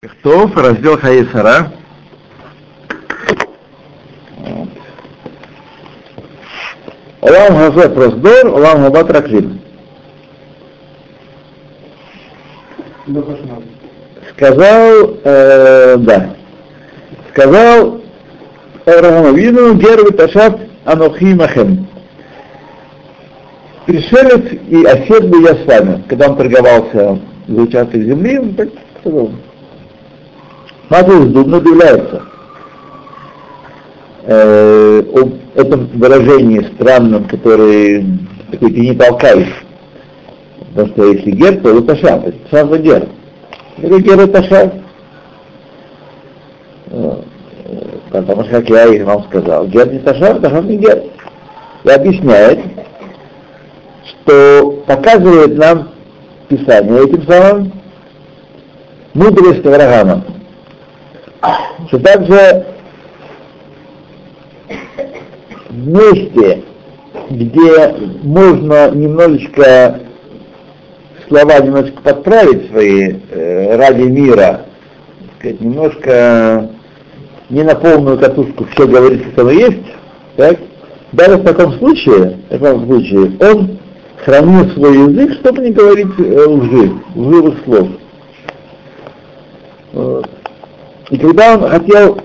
Тов, раздел Хаисара. Олам Хазе Проздор, Олам Хаба Траклим. Сказал Авраам Авину, Герви Ташат Анохи Махем. Пришелец и оседлый я с вами. Когда он торговался за участок земли, он так сказал. Смотрите, Дубно объявляется об этом выражении странном, который такой ты не толкаешь. Потому что если гер, то это ташав. Это ташав за гер. Или гер это ташав. Потому что, как я вам сказал, гер не ташав, ташав не гер. И объясняет, что показывает нам Писание этим самым мудрость Авраама. Что также в месте, где можно немножечко слова немножечко подправить свои ради мира, сказать, немножко не на полную катушку все говорить, как оно есть, так? Даже в таком случае он хранил свой язык, чтобы не говорить лживых слов. И когда он хотел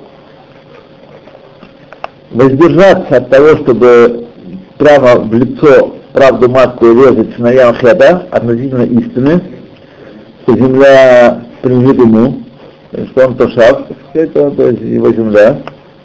воздержаться от того, чтобы прямо в лицо правду матку резать сыновьям Хеда относительно истины, что земля принадлежит ему, что он тошав, это то есть его земля,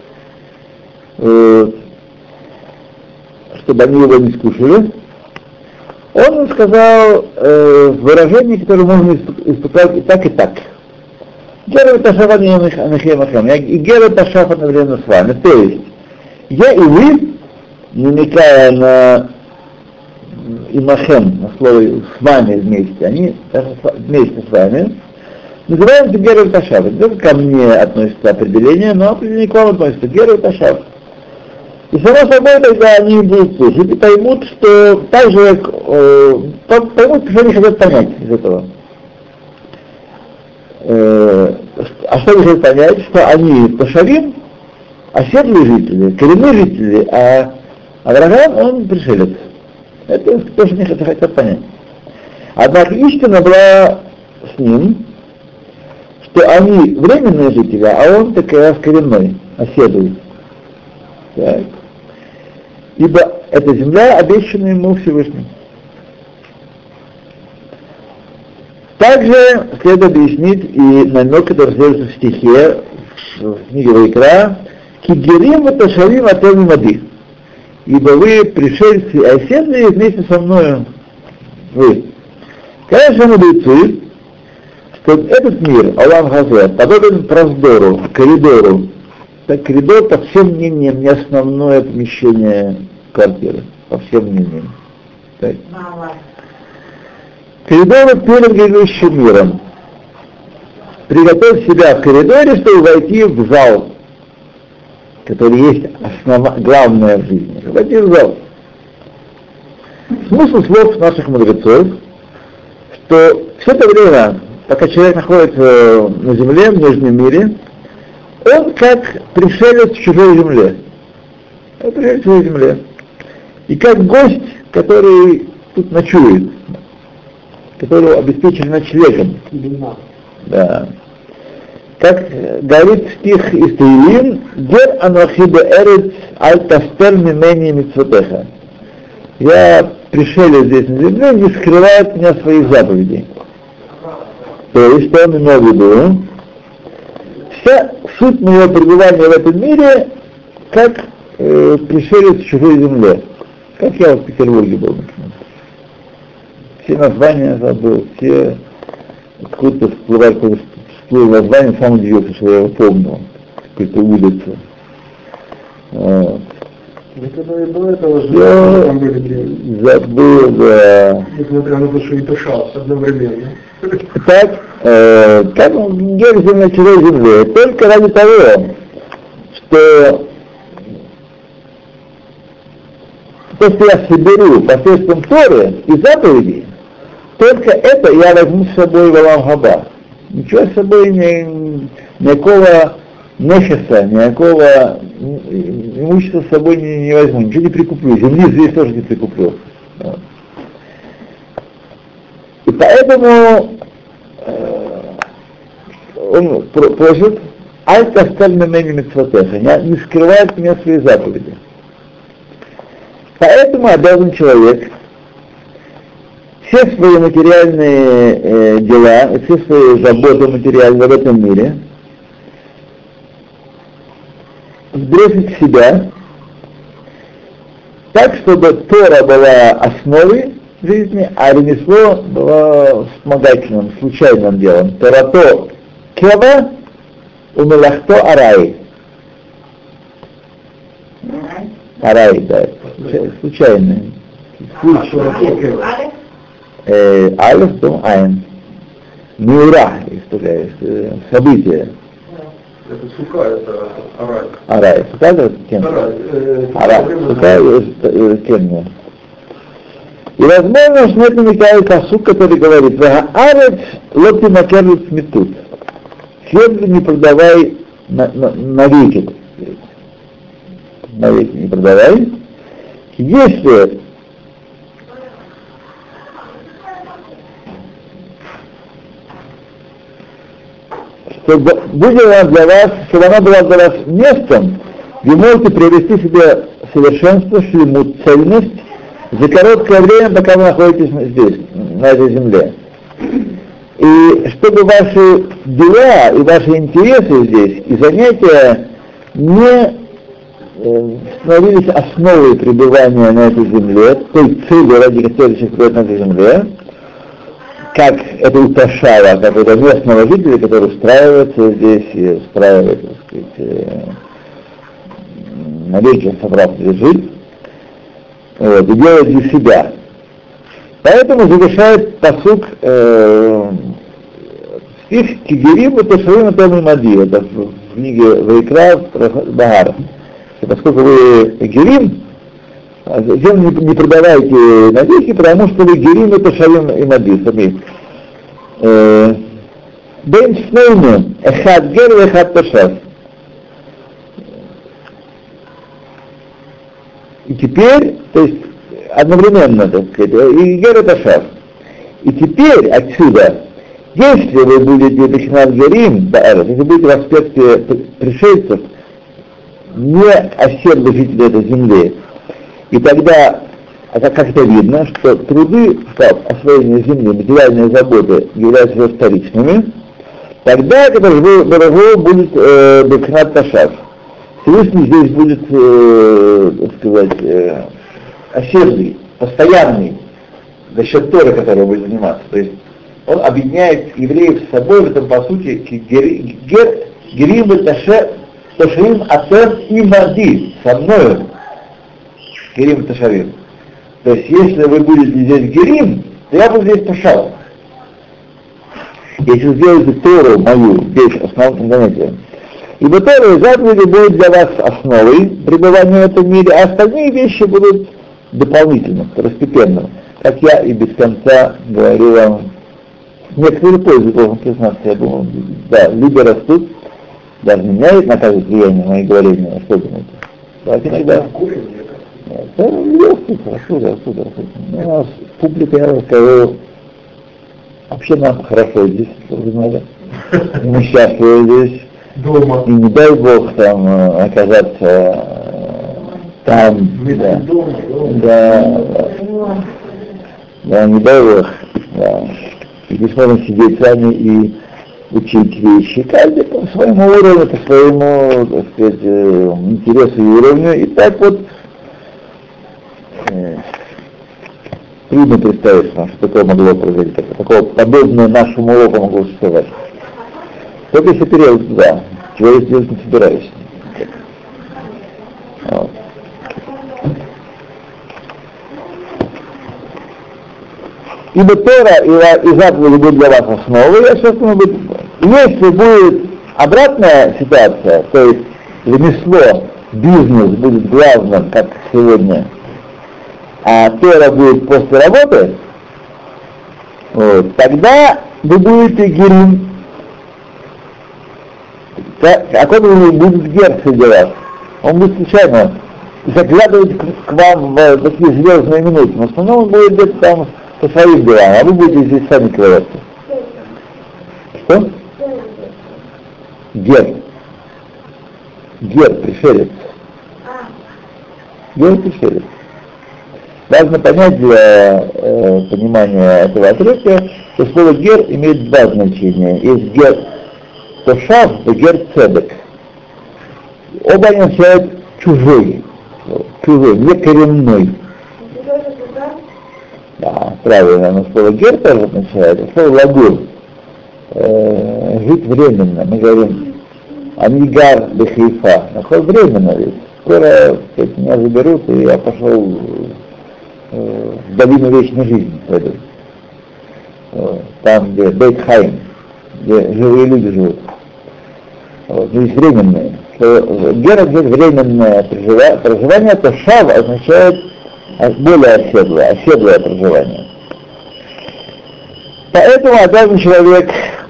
чтобы они его не скушали, он сказал выражение, которое можно испытать и так, и так. Гера Ташав Анахемахем, и Гера Ташав одновременно с вами. То есть, я и вы, намекая на Имахем, на слово с вами вместе, они вместе с вами, называются Гера Ташав. Это ко мне относится определение, но определение к вам относится Гера Ташав. И само собой тогда они будут слушать и поймут, что так же, поймут, что они хотят понять из этого. А что вы хотите понять, что они Ташавим, оседлые жители, коренные жители, а Авраам, он пришелец. Это то, что они хотят понять. Однако истина была с ним, что они временные жители, а он так раз коренной, оседлый. Так. Ибо эта земля обещана ему Всевышним. Также следует объяснить и намек, который содержится в стихе, в книге Вайкра, «Кигерим ваташавим атем мади», ибо вы пришельцы и оседлые вместе со мною вы. Конечно, мудрецы, что этот мир, Олам Хазе, подобен проздору, коридору. Так, коридор, по всем мнениям, не основное помещение квартиры, по всем мнениям. Так. Коридоры перед грядущим миром. Приготовь себя в коридоре, чтобы войти в зал, который есть главное в жизни. Войти в зал. Смысл слов наших мудрецов, что все это время, пока человек находится на земле, в нижнем мире, он как пришелец в чужой земле. Он пришелец в чужой земле. И как гость, который тут ночует, которого обеспечили ночлегом. Да. Как говорит стих из Таилим, «Гер анохи беэрец аль тастер мимени митцвотеха». Я пришелец здесь на земле, не скрывай от меня своих заповедей. То есть, что он имел в виду? Вся суть моего пребывания в этом мире, как пришелец в чужой земле. Как я в Петербурге был, например. Все названия забыл, все откуда-то всплыло название, сам удивился, что я его помнил, какой-то улицы. Вот. Когда до этого же там были древние. Забыл, да. Несмотря на то, что и Ташав одновременно. Так, как он держится на чужой земле, только ради того, что то, что я соберу посредством Торы и заповедей, только это я возьму с собой в Олам Хаба. ничего с собой никакого нехеса, никакого имущества с собой не возьму, ничего не прикуплю, земли здесь тоже не прикуплю. Вот. И поэтому он просит аль-касталь мемени мицвотеха, не скрывает от меня свои заповеди. Поэтому обязан человек все свои материальные дела и все свои заботы материальные в этом мире сбросить в себя так, чтобы Тора была основой жизни, а ремесло было вспомогательным, случайным делом. Торато кева умелахто арай. Арай, да, случайный. Алиф, дом, айн. Миура, есть такое событие. Это сука, это арай. Арай. Сука это кем? Арай. Сука это кем? И возможно, что это намекает посук, который говорит: «Вааарец лоти макерлиц метут». Землю не продавай навеки. Навеки не продавай. Если чтобы будет она для вас, чтобы она была для вас местом, вы можете приобрести себе совершенство, шлему, цельность за короткое время, пока вы находитесь здесь, на этой земле. И чтобы ваши дела и ваши интересы здесь и занятия не становились основой пребывания на этой земле, той цели, ради которой человек пребывает на этой земле, как это у Ташава, как это местного жителя, который устраивается здесь и устраивает, так сказать, навеки собрался здесь жить, вот, и делает для себя. Поэтому завершает пасук стих Кигерим и Ташавим и Мади, это в книге Вайкра Багар. Поскольку вы Герим, зачем не продавайте навеки, потому что вы Герим и Ташавим и Мади сами. Бен Снейну, Эхад Гер и Эхад Ташав. И теперь, то есть одновременно, так сказать, и Гер и Ташав. И теперь отсюда, если вы будете Бехнат Герим, если будете в аспекте пришельцев, не оседлые жители этой земли, и тогда, как это видно, что труды, освоение земли, материальные заботы являются вторичными, тогда, когда Барагу будет Бехнат Ташав, Всевышний здесь будет, так сказать, оседлый, постоянный, за счет Торы, которого будет заниматься. То есть он объединяет евреев с собой, в этом, по сути, Герим и Ташавим Атем и Мади, со мною, Герим и Ташавим. То есть, если вы будете здесь Герим, то я буду здесь Ташав. Если сделаете Тору мою здесь основным занятием, ибо Тора и заповеди будут для вас основой пребывания в этом мире, а остальные вещи будут дополнительным, второстепенным. Как я и без конца говорю вам, некоторые пользы, должен признаться, я думаю, да, люди растут, даже меня наказывает влияние мои говорения, что думаете? Так иногда. Да, легкий, хорошо. У нас публика, я расскажу, вообще нам хорошо здесь, вы знаете. Мы счастливы здесь. Дома. И не дай Бог там оказаться там. Да, не дай Бог. Да. И здесь можно сидеть с вами и учить вещи. Каждый по своему уровню, по своему, так сказать, интересу и уровню. И так вот трудно представить, что такое могло произойти, такое подобное нашему уроку могло существовать. Только если период туда, чего я сделать не собираюсь. Вот. Ибо Тора и заповеди будут для вас основой, а собственно будет. Если будет обратная ситуация, то есть ремесло, бизнес будет главным, как сегодня, а Тора будет после работы, вот, тогда вы будете Герим, как он будет гер среди вас? Он будет случайно заглядывать к вам в такие звездные минуты. Но в основном он будет где-то там по своим делам, а вы будете здесь сами ковыряться. Что? Гер. Гер, пришелец. Гер, пришелец. Важно понять для понимания этого отрывка, что слово гер имеет два значения. Есть гер тошав и гер цедек. Оба они означают чужой, не коренной. Да, правильно, но слово гер тоже означает, а слово лагур. Жить временно, мы говорим, анигар бехейфа, наход временно ведь. Скоро меня заберут, и я пошел в долину вечной жизни, там, где Бейт Хаим, где живые люди живут. Здесь временные. Гер означает временное проживание, то шав означает более оседлое проживание. Поэтому обязан человек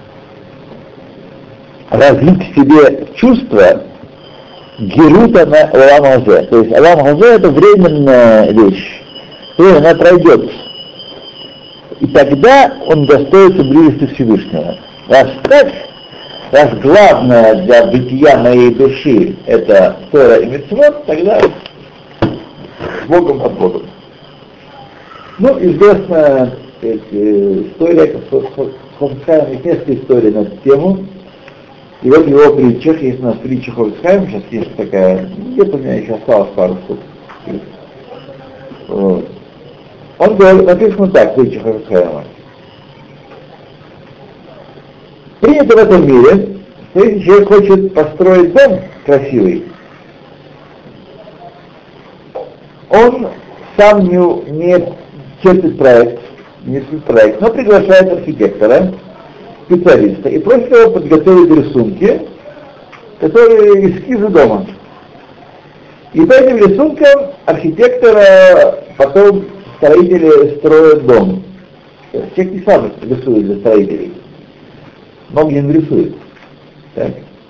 развить в себе чувство герута на Алам Хазе. То есть Алам Хазе это временная вещь, и она пройдет. И тогда он достоится близости Всевышнего. Раз главное для бытия моей души это Тора и Мицвот, тогда с Богом от Бога. Ну, известная история, Хофицхайм, есть несколько историй на эту тему. И вот в его притчах, есть у нас притча Хофицхайм, сейчас есть такая, где-то у меня еще осталось пару штук. Вот. Он говорит, написано так, притча Хофицхайма. Принято в этом мире, что если человек хочет построить дом красивый, он сам не чертит проект, но приглашает архитектора, специалиста, и просит его подготовить рисунки, которые эскизы дома. И по этим рисункам архитектора потом строители строят дом. Человек не сам рисует для строителей. Многие не рисуют. Так.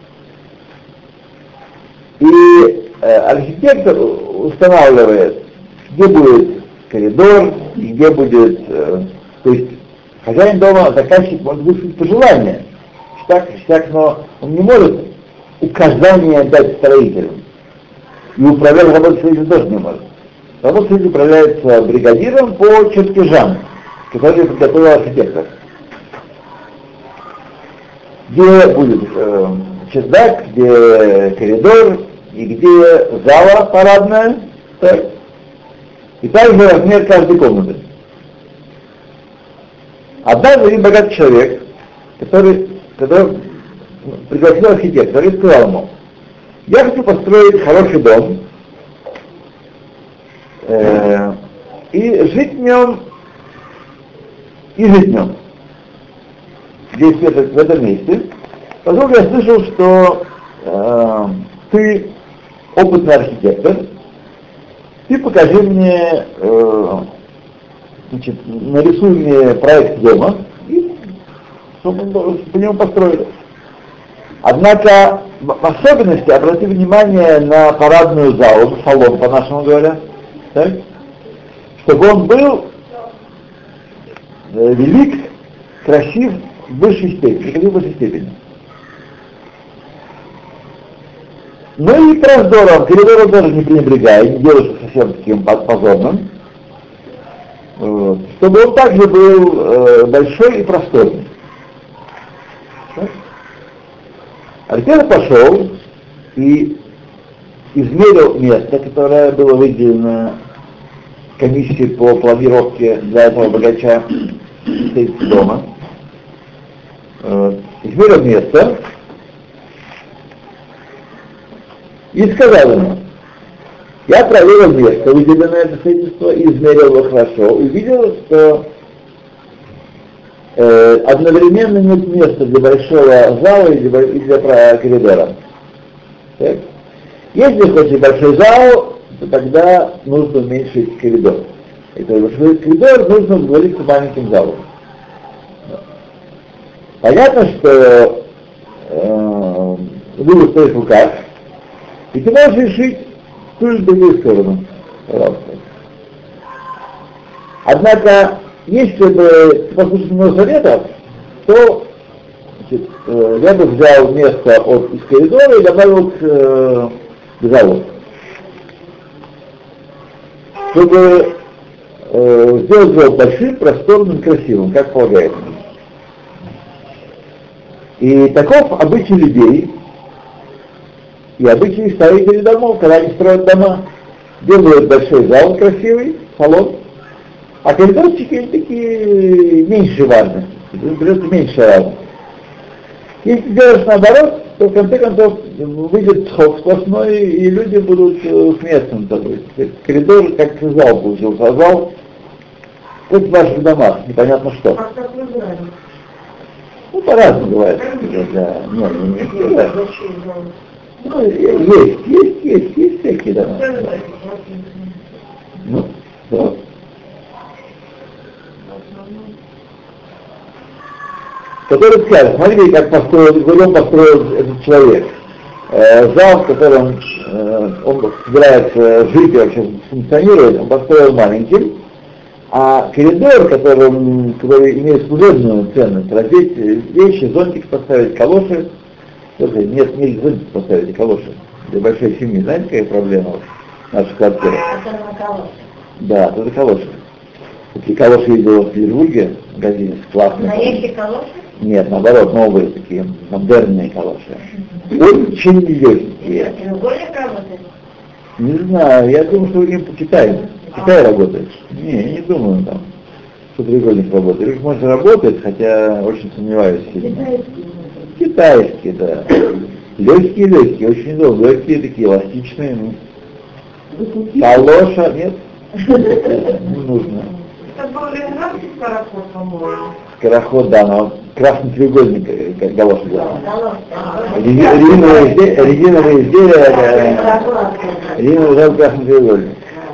И архитектор устанавливает, где будет коридор, и где будет, то есть хозяин дома, заказчик может высказать пожелания, но он не может указания дать строителю. И управлять работой строителя тоже не может. Работа строителя управляется бригадиром по чертежам, которые подготовил архитектор. Где будет чердак, где коридор, и где зала парадная, так. И также размер каждой комнаты. Однажды один богатый человек, который пригласил архитектора и сказал ему: я хочу построить хороший дом и жить в нем. Здесь, в этом месте. Поскольку я слышал, что ты опытный архитектор, ты покажи мне, нарисуй мне проект дома, и чтобы мы по нему построили. Однако, в особенности обрати внимание на парадную залу, салон, по-нашему говоря, так? Чтобы он был велик, красив в высшей степени. Ну и простором, коридором тоже не пренебрегай, не делай его совсем таким позорным, чтобы он также был большой и просторный. Архитектор пошел и измерил место, которое было выделено комиссией по планировке для этого богача дома. Измерил место и сказал ему: я проверил место, выделенное для строительства, и измерил его хорошо, и увидел, что одновременно нет места для большого зала и для коридора. Так? Если хочешь большой зал, то тогда нужно уменьшить коридор. Это большой коридор нужно сговориться с маленьким залом. Понятно, что выбор в твоих руках, и ты можешь решить ту или другую сторону. Пожалуйста. Однако, если бы ты послушал моего совета, то значит, я бы взял место из коридора и добавил к залу. Чтобы сделать его большим, просторным, красивым, как полагается. И таков обычай людей и обычай строителей домов, когда они строят дома. Делают большой зал красивый, салон, а коридорчики они такие меньше важны, придется меньше важно. Если делаешь наоборот, то в конце концов выйдет сход сплошной, и люди будут смеяться над тобой. Коридор как зал получился, а зал как в ваших домах, непонятно что. Ну, по-разному бывает. Да. Нет. Ну, есть всякие дома. Ну, да. Который скажет, смотрите, как построил этот человек. Зал, в котором он собирается жить и вообще функционирует, он построил маленьким, а коридор, который имеет служебную ценность, раздеть вещи, зонтик поставить, калоши. Слушай, нет зонтик поставить, и калоши. Для большой семьи, знаете, какая проблема в нашей квартире? Да, это калоши. Такие калоши видел в Петербурге, в магазине, классные. Настоящие калоши? Нет, наоборот, новые такие, модерные калоши. Очень легкие. Треугольник работает? Не знаю, я думаю, что им по Китаю. В Китае работает. Не, я не думаю там, что треугольник работает. Их может работать, хотя очень сомневаюсь. Китайские, да. Легкие, очень удобно. Легкие такие, эластичные. Калоша, нет? Не нужно. Это был ленинградский скороход, по-моему. Скороход, да, но красный треугольник, как галоша, да. Резиновые изделия, резиновый красный треугольник.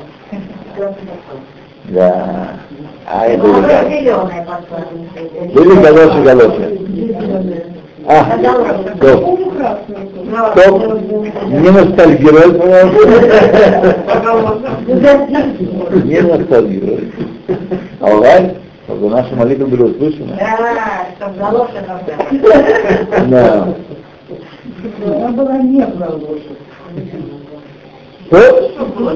Да. А это были галоши. Стоп. Не ностальгируй, пожалуйста. Не ностальгируй. Аллах, чтобы наши молитвы были услышаны. Да, чтобы галоши нужны. Да. Она была не галоши. Что?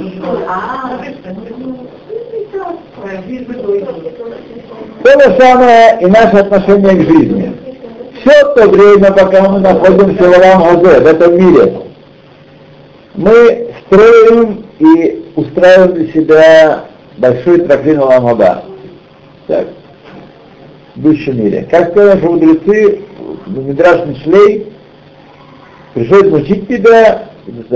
То же самое и наше отношение к жизни. Все то время, пока мы находимся в Олам Хазе, в этом мире, мы строим и устраиваем для себя большой трафлин Олам Хаба. Так, в будущем мире. Как сказали наши мудрецы, Мидраш Мишлей, пришлось научить тебя,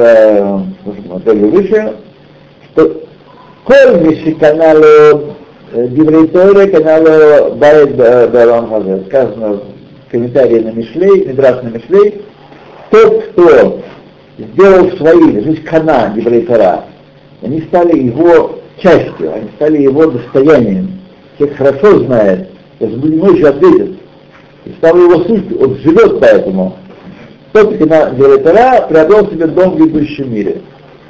выше, что коль миши каналу Диврей Торы, каналу Байт Б'Олам Хазе. Сказано в комментарии на Мишлей, Мидраш на Мишлей, тот, кто сделал свои, то есть Кана Диврей Тора, они стали его частью, они стали его достоянием. Человек хорошо знает, даже ночью ответит, и стал его сутью, он живет поэтому. Тот, кто на Диврей Тора, приобрел себе дом в грядущем мире.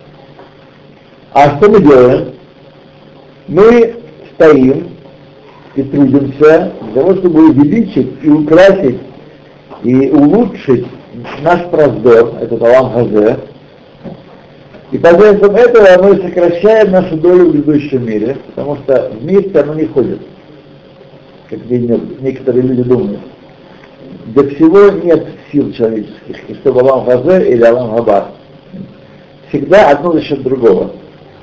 А что мы делаем? Мы стоим и трудимся для того, чтобы увеличить и украсить и улучшить наш проздор, этот Олам Хазе. И посредством этого мы сокращаем нашу долю в грядущем мире, потому что вместе оно не ходит, как некоторые люди думают. Для всего нет сил человеческих, и чтобы Олам Хазе или Олам Хаба. Всегда одно за счет другого.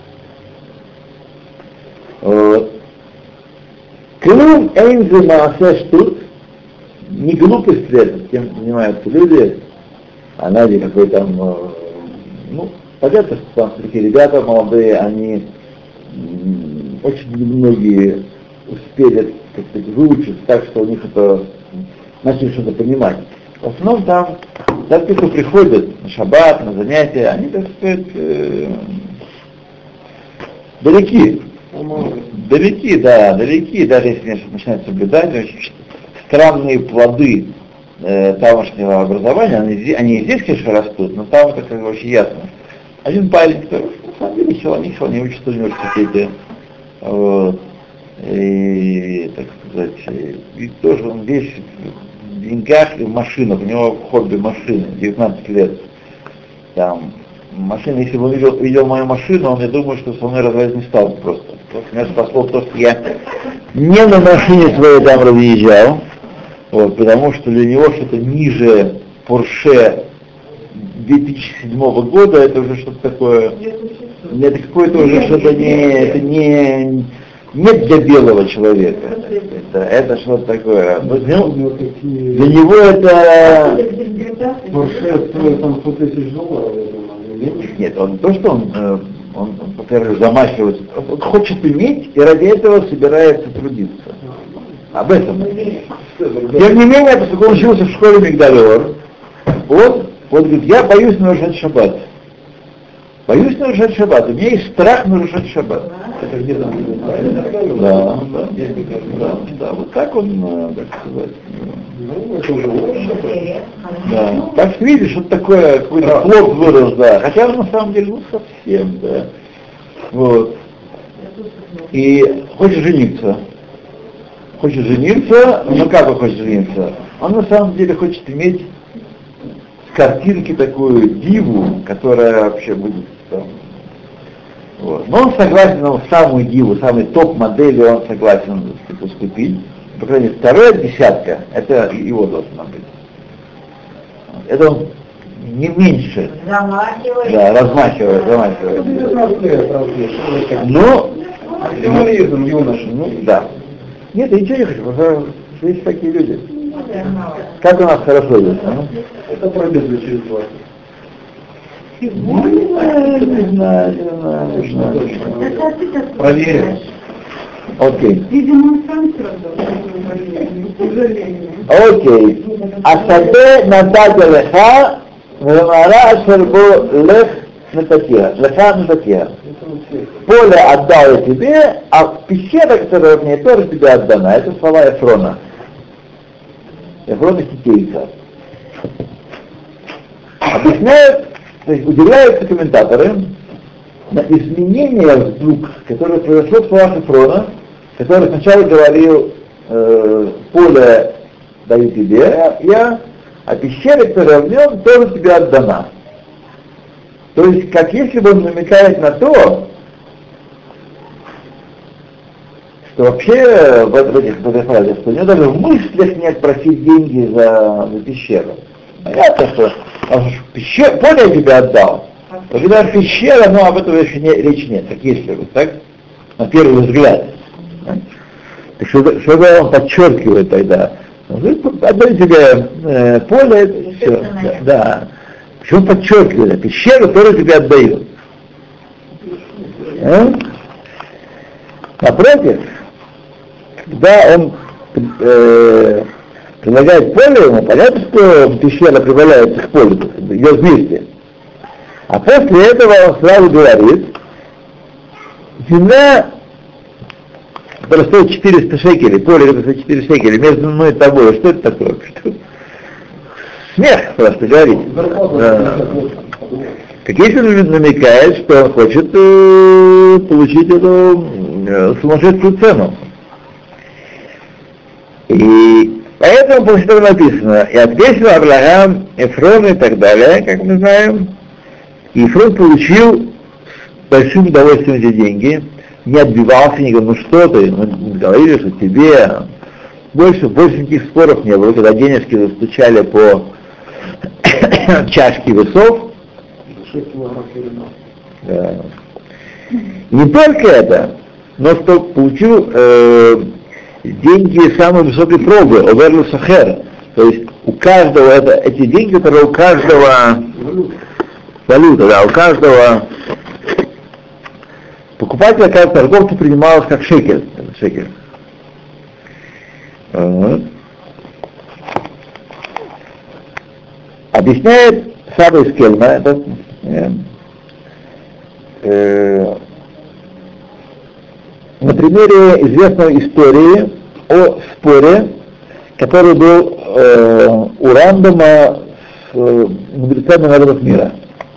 Клюм эйнзы маасе штут, не глупость ли это, тем занимаются люди, анализ какой там, понятно, что там такие ребята молодые, они очень многие успели как-то выучиться так, что у них это начали что-то понимать. В основном там те, кто приходят на шаббат, на занятия, они, так сказать, далеки, даже если начинают соблюдать, очень странные плоды тамошнего образования, они и здесь, конечно, растут, но там это как бы очень ясно. Один парень, который на самом деле силовик, он не учится в университете, вот, и, так сказать, и тоже он весь в деньгах и в машинах, у него хобби машины, 19 лет. Там машина, если бы он видел мою машину, он, я думаю, что со мной разговаривать не стал просто. Меня спасло то, что я не на машине своей там разъезжал, вот, потому что для него что-то ниже Porsche 2007 года, это уже что-то такое, это какое-то уже что-то не для белого человека. Это что-то такое. Для него это... Porsche стоит там $100 000, я думаю. Нет, он то, что он во-первых, замахивается, он хочет иметь и ради этого собирается трудиться. Об этом. Тем не менее, поскольку он учился в школе Мигдаль-Ор, вот говорит, я боюсь нарушать шаббат. Боюсь нарушать шаббат. У меня есть страх нарушать шаббат. Это где там? Да, вот так он, так сказать. Ну, это уже лучше. Да. Так что видишь, вот такое, какой-то плод вырос, да. Хотя на самом деле, ну совсем, да. Вот. И хочет жениться. Ну как он хочет жениться? Он на самом деле хочет иметь с картинки такую диву, которая вообще будет там. Вот. Но он согласен на самую диву, самый топ-модели он согласен уступить. По крайней мере, вторая десятка, это его должна быть. Это он не меньше. Замахивает. Да, размахивает. Ну, Юморизм юноши, ну, да. Нет, я ничего не хочу, потому что есть такие люди. Как у нас хорошо идет, а? это пробежит через 20. Не знаю. Проверим. Окей. Видимо, сам к сожалению. Окей. Асаде натата леха, вемара ашербо лех нататия. Леха нататия. Поле отдал я тебе, а пещера, которая в ней, тоже тебе отдана. Это слова Эфрона. Эфрон и Хитейца. Объясняют, то есть удивляются комментаторы на изменения вдруг, которое произошло в словах Эфрона, который сначала говорил, поле даю тебе, а пещера, которая в нем, тоже тебе отдана. То есть, как если бы он намекает на то, что вообще в этой фразе, что у него даже в мыслях нет просить деньги за пещеру. Понятно, что поле я тебе отдал. Когда пещера, но об этом еще речи нет, как если бы, так? На первый взгляд. Так что он подчеркивает тогда? Он говорит, отдаю тебе поле, это все. Да. Почему подчеркивает? Пещеру тоже тебе отдают. Напротив, когда он предлагает поле ему, понятно, что пещера прибавляется к полю, идет вместе. А после этого он сразу говорит, земля, которая стоит 400 шекелей, поле, которое стоит 4 шекеля, между мной и тобой, что это такое? Что? Смех просто говорить. Как если он намекает, что он хочет получить эту сумасшедшую цену. И поэтому после этого написано, и ответил Авраам, Эфрон и так далее, как мы знаем, и Эфрон получил с большим удовольствием эти деньги, не отбивался, не говорил, ну что ты, мы говорили, что тебе больше никаких споров не было, когда денежки застучали по чашке весов. 6 килограмм ферина. Да. Не только это, но что получил деньги самой высокой пробы, Оверлу Сахер. То есть у каждого, эти деньги, которые у каждого валюта, да, у каждого покупателя, как торговца принималось как шекель. Шекель. Объясняет Саба из Кельна, это на примере известной истории о споре, который был у Рамбама с мудрецами народов мира.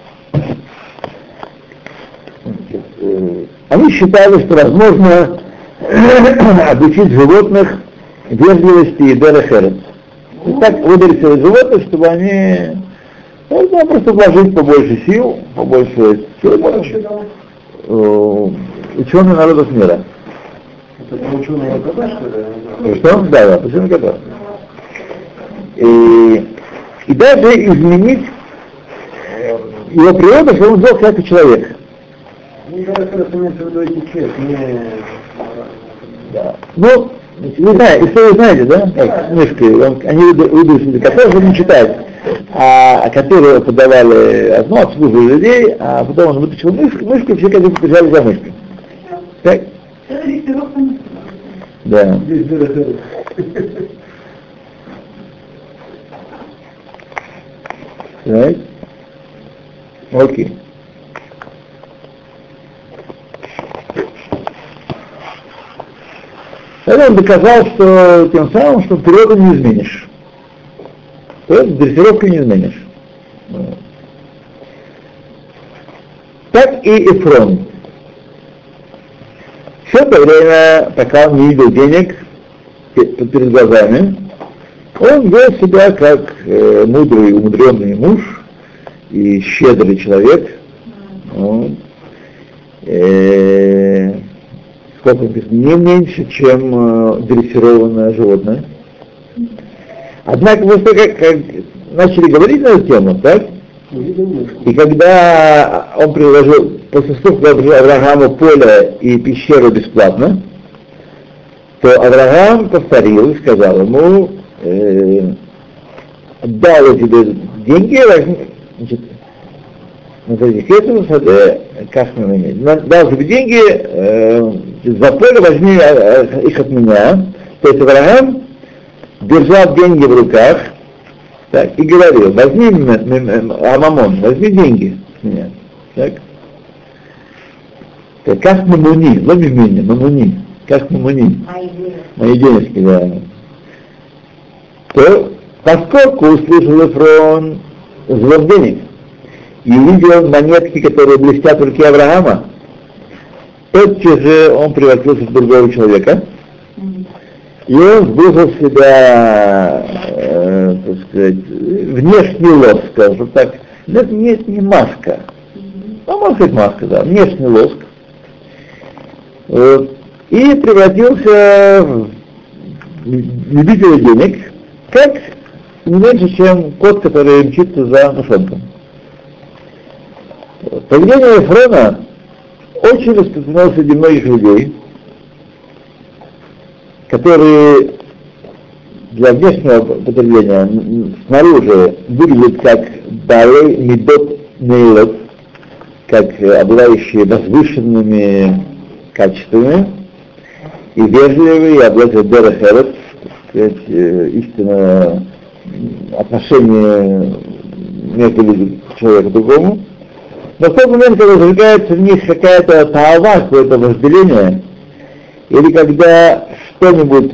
Они считали, что возможно обучить животных вежливости и дерех эрец. И так выбрали себе животных, чтобы они просто вложить побольше сил, побольше ученые народов мира. Это ученые кота, что ли? Что? Да, ученые кота. И даже изменить его природу, что он сделал как человек. Ну, да, это имеется в виду этикет, не... Да. Ну, вы знаете, историю знаете, да? Как мышки, они выдумали кота, чтобы не читать. А которые подавали одно, обслуживали людей, а потом он вытащил мышку, все коты побежали за мышкой. Так? Да. Здесь дыры. Right? Окей. Это он доказал, что тем самым, что природу не изменишь. То есть дрессировку не изменишь. Так и Эфрон. Все это время, пока он не видел денег перед глазами, он вел себя как мудрый, умудренный муж и щедрый человек. Сколько не меньше, чем дрессированное животное. Однако, после того, как начали говорить на эту тему, так? И когда он предложил, после того, как предложил Аврааму поле и пещеру бесплатно, то Авраам повторил и сказал ему, дал я тебе деньги, значит, дал тебе деньги, за поле возьми их от меня. То есть Авраам держал деньги в руках, так, и говорил, возьми Амамон, возьми деньги с меня. Так? Как мамуни, лови меня, мамуни, как мамуни. Мои денежки, да. То, поскольку услышал Эфрон звон денег и увидел монетки, которые блестят в руке Авраама, тотчас же он превратился в другого человека, и он сбросил в себя, так сказать, внешний лоск, скажем так. Это не маска. Ну, можно сказать маска, да, внешний лоск. И превратился в любителя денег, как не меньше, чем кот, который мчится за мышонком. Поведение Эфрона очень распространено среди многих людей, которые для внешнего потребления снаружи выглядят как балей мидот нейлот, как обладающие возвышенными качествами, и вежливые, и обладают дерех эрец, истинное отношение между человеком и другому. Но в тот момент, когда зажигается в них какая-то таава, какое-то вожделение, или когда кто-нибудь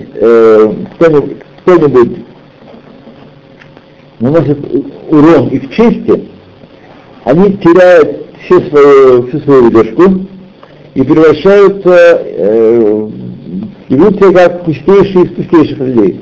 наносит урон их чести, они теряют всю свою выдержку и превращаются, ведут себя как пустейшие из пустейших людей.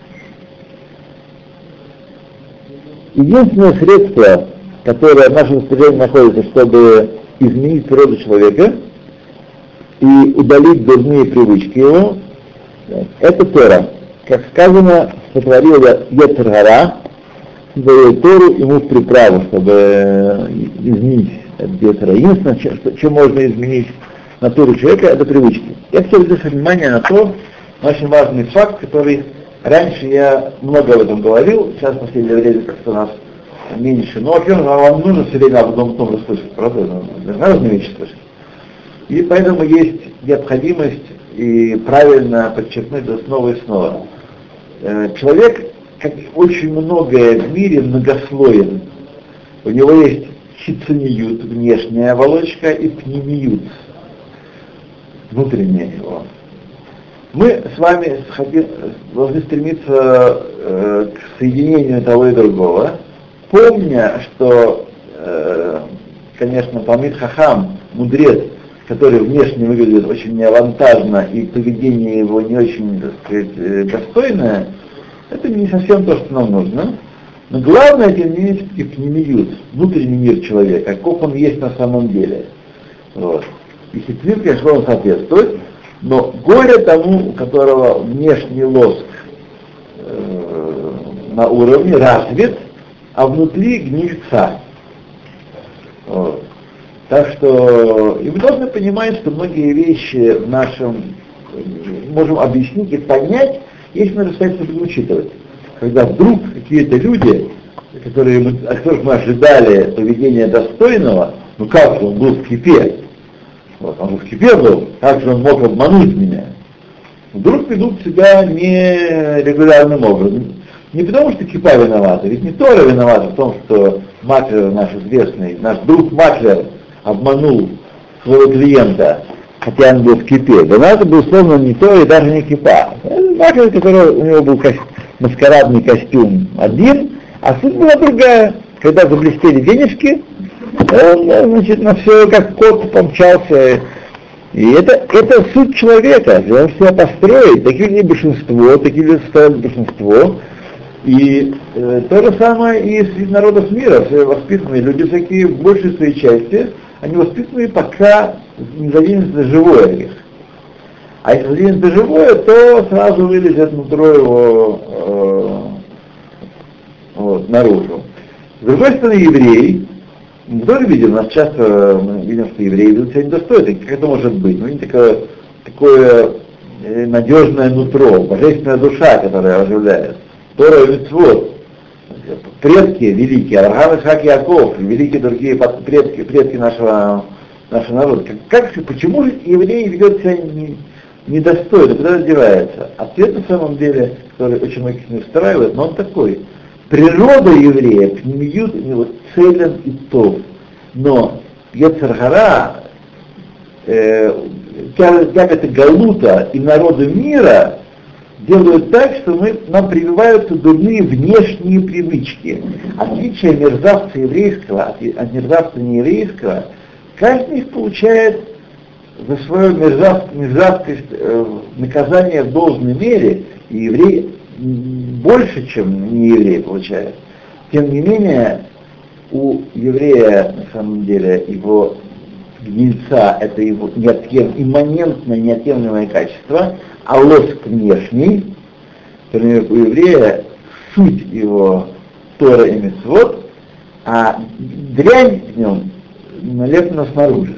Единственное средство, которое в нашем распоряжении находится, чтобы изменить природу человека и удалить дурные привычки его, это Тора. Как сказано, сотворил Йецер Гара, дал Тору ему в приправу, чтобы изменить этот Йецер Гара. Единственное, чем можно изменить натуру человека, это привычки. Я хотел обратить внимание на то, очень важный факт, который раньше я много об этом говорил, сейчас в последнее время как-то у нас меньше. Но, во-первых, вам нужно все время об одном том слышать, правда? Разные вещи слышать. И поэтому есть необходимость и правильно подчеркнуть это снова и снова. Человек, как очень многое в мире, многослоен. У него есть хицуниют, внешняя оболочка, и пнемиют, внутренняя его. Мы с вами должны стремиться к соединению того и другого, помня, что, конечно, Талмид Хахам, мудрец, который внешне выглядит очень неавантажно и поведение его не очень, так сказать, достойное, это не совсем то, что нам нужно. Но главное, тем не менее, все-таки пнемиют, внутренний мир человека, каков он есть на самом деле. Вот. И хитрин, конечно, он соответствует, но горе тому, у которого внешний лоск на уровне развит, а внутри гнильца. Вот. Так что, и мы должны понимать, что многие вещи в нашем можем объяснить и понять, если мы достаточно будем учитывать. Когда вдруг какие-то люди, от которых мы ожидали поведения достойного, ну как же, он был в кипе, вот, он в кипе был, как же он мог обмануть меня? Вдруг ведут себя нерегулярным образом. Не потому, что кипа виновата, ведь не Тора виновата в том, что маклер наш известный, наш друг маклер обманул своего клиента, хотя он был в кипе. Виновата, безусловно, не Тора и даже не кипа. Маклер, у него был маскарадный костюм один, а суть была другая. Когда заблестели денежки, он, значит, на все как кот помчался. И это суть человека, он себя построить. Таких людей большинство, таких людей составляют большинство. И то же самое и среди народов мира. Все воспитанные люди всякие, в большей своей части, они воспитанные, пока не заденется живое их. А если заденется живое, то сразу вылезет нутро его наружу. С другой стороны, евреи, мы тоже видим, у нас часто мы видим, что евреи ведут себя недостойно. Как это может быть? Ну, не такое надежное нутро, божественная душа, которая оживляет. Тора и мицвот, предки великие, Авраам, Исаак, Яков, великие другие предки нашего народа. Почему же евреи ведут себя недостойно, куда это девается? Ответ на самом деле, который очень многих не устраивает, но он такой. Природа еврея, пнемиют у него целен и тов. Но Йецер Гара, тяготы Галута и народы мира делают так, что нам прививаются дурные внешние привычки. Отличие мерзавца еврейского от мерзавца нееврейского, каждый из них получает за свою мерзавскость наказание в должной мере, и еврей больше, чем нееврей получает. Тем не менее, у еврея, на самом деле, его гнильца, это его имманентное, неотъемлемое качество, а лоск внешний, например, у еврея суть его Тора и мицвот, а дрянь в нем налеплена снаружи.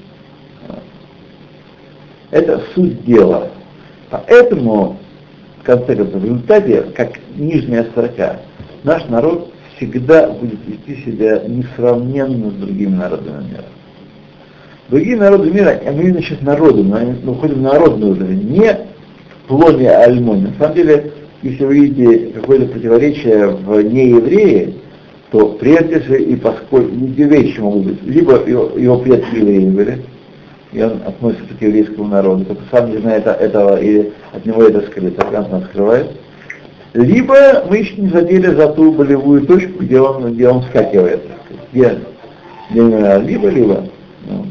Это суть дела. Поэтому, в конце концов, в результате, как нижняя строка, наш народ всегда будет вести себя несравненно с другими народами мира. Другие народы мира, мы именно сейчас народы, мы уходим на народный уровень, не плоне альмоне. На самом деле, если вы видите какое-то противоречие в нееврее, то прежде всего и поскольку две вещи могут быть. Либо его предки евреи были, и он относится к еврейскому народу, только сам не знает этого, или от него это скрыто, как он скрывает. Либо мы еще не задели за ту болевую точку, где он вскакивает. Либо. Ну.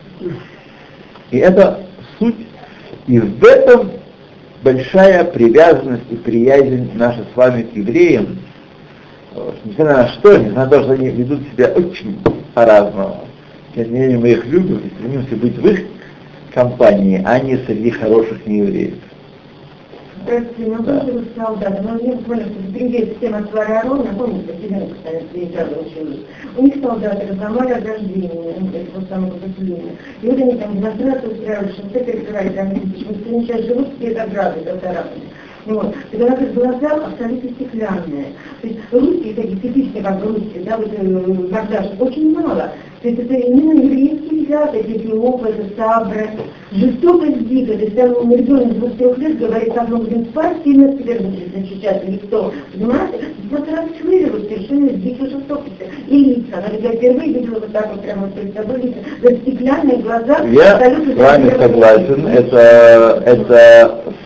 И это суть, и в этом большая привязанность и приязнь наша с вами к евреям, несмотря на что, несмотря на то, что они ведут себя очень по-разному, тем не менее мы их любим и стремимся быть в их компании, а не среди хороших неевреев. Простите, но тоже солдаты, но я понял, что в Бенгелье система Свара Арона, помните, Сиденко, кстати, учились, у них солдаты разломали ограждение, это вот самое поселение, и вот они там демонстрацию устраивали, что все перекрывали, там, что они сейчас живут без ограды, полторами. Вот. И у нас глаза абсолютно стеклянные. То есть русские, такие типичные, как бы русские, да, вот мордаш, очень мало. То есть это именно еврейские взгляды, эти опыты, сабры, жестокость дикая. То есть там ребенок 2-3 лет говорит, как мы будем спать, сильно теперь будет защищать или кто. Понимаете? Просто расшвыривают совершенно дикие жестокости. И лица. Я впервые видела вот так вот прямо перед собой лица. То есть стеклянные глаза. Я с вами согласен. Это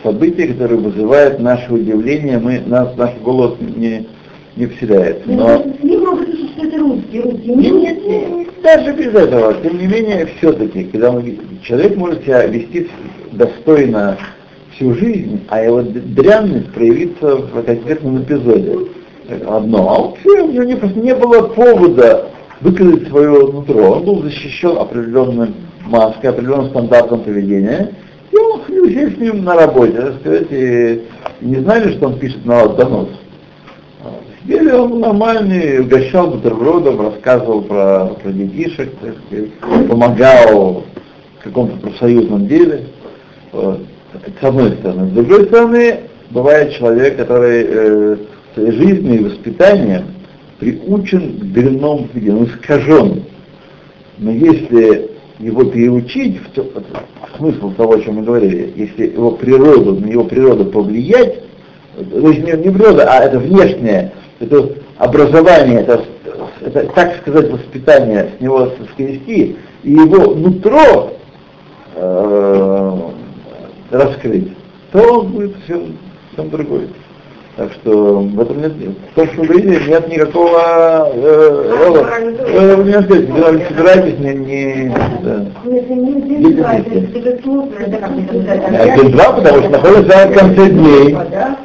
событие, которое вызывает наше удивление, наш голос не вселяется. Но не могут слышать, что это русские. Нет. Даже без этого, тем не менее, все-таки, когда человек может себя вести достойно всю жизнь, а его дрянность проявится в конкретном эпизоде. Одно. А он все, у него просто не было повода выказать свое нутро. Он был защищен определенным маской, определенным стандартом поведения, и он ходил с ним на работе, так сказать, и не знали, что он пишет на вас донос. Сидели, он нормальный, угощал бутербродом, рассказывал про детишек, так сказать, помогал в каком-то профсоюзном деле. Вот. С одной стороны. С другой стороны, бывает человек, который своей жизнью и воспитанием приучен к дрянному поведению, он искажен. Но если его переучить, смысл того, о чем мы говорили, если на его природу повлиять, то есть не природа, а это внешнее, это образование, это так сказать, воспитание с него скрести, и его нутро раскрыть, то он будет совсем другой. Так что в этом нет, в том, что вы говорите, нет никакого вы не сказать, когда вы собираетесь, День-два, потому что находится в конце дней.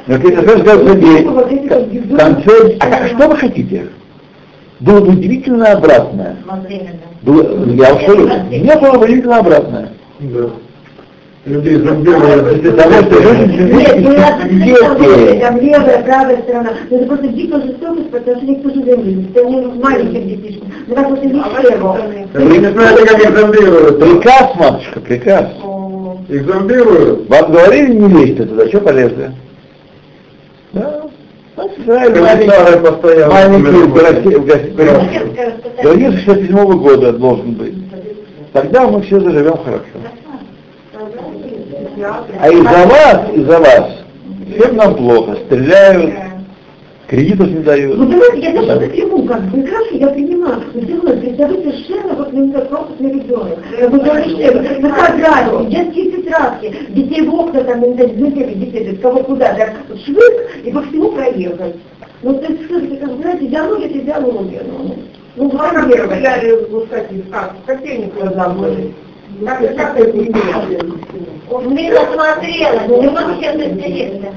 В конце, что вы хотите? Было бы удивительно обратное. Я ушел, не было бы удивительно обратное. Людей зомбируют. Нет, не надо там левая, правая сторона. Но это просто дикая жестокость по отношению к той же земле. Это не маленьких детишек. Но как вот и Вы не знаете, как их зомбируют. Приказ, матушка, приказ. Их зомбируют. Вам говорили, не лезьте туда, что полезли? Да. Маленький Говорил, 67-го года должен быть. Тогда мы все заживем хорошо. А из-за вас, всем нам плохо, стреляют, кредитов не дают. Ну давайте, я даже напрямую, как бы, хорошо, я понимаю, но все равно, вы совершенно вот пропускный ребенок. Вы говорите, фотографии, детские тетрадки, детей в окна, там, взлетели, детей, кого куда, так, швык, и по всему проехать. Ну, то есть, как знаете, идеология, это идеология. Ну, как я выпускать сказку, какие они глаза были? Как это не Мира смотрела, но не могу сейчас интересно.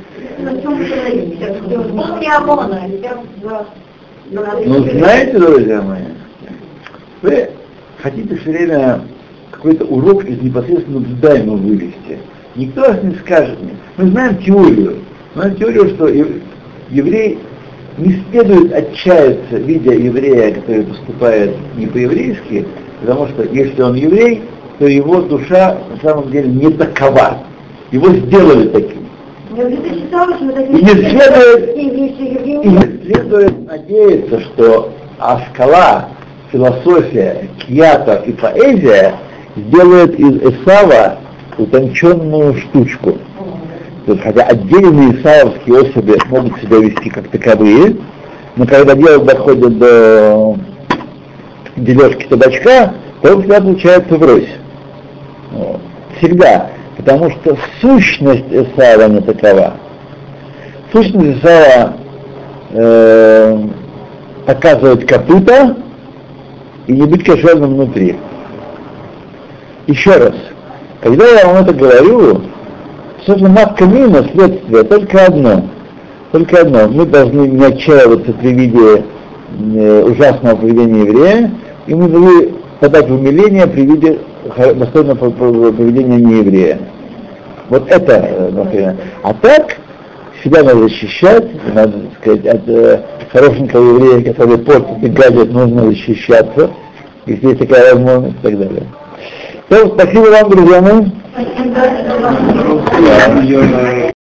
Ну, знаете, друзья мои, вы хотите все время какой-то урок из непосредственно наблюдаемого вывести. Никто вас не скажет. Мы знаем теорию. Что еврей не следует отчаяться, видя еврея, который поступает не по-еврейски, потому что если он еврей, то его душа на самом деле не такова. Его сделали таким. И не следует надеяться, что Аскала, философия, кьята и поэзия сделает из Исава утонченную штучку. То есть, хотя отдельные исаевские особи могут себя вести как таковые, но когда дело доходит до дележки табачка, то всегда получается врозь. Вот. Всегда. Потому что сущность Исава не такова. Сущность Исава показывает копыта и не быть кошерным внутри. Еще раз. Когда я вам это говорю, собственно, матка мина, следствие, только одно. Мы должны не отчаиваться при виде ужасного поведения еврея, и мы должны подать в умиление при виде достойного поведения нееврея. Вот это, например. А так, себя надо защищать, надо сказать, от хорошенького еврея, который портит и гадит, нужно защищаться, если есть такая возможность и так далее. Спасибо вам, друзья мои.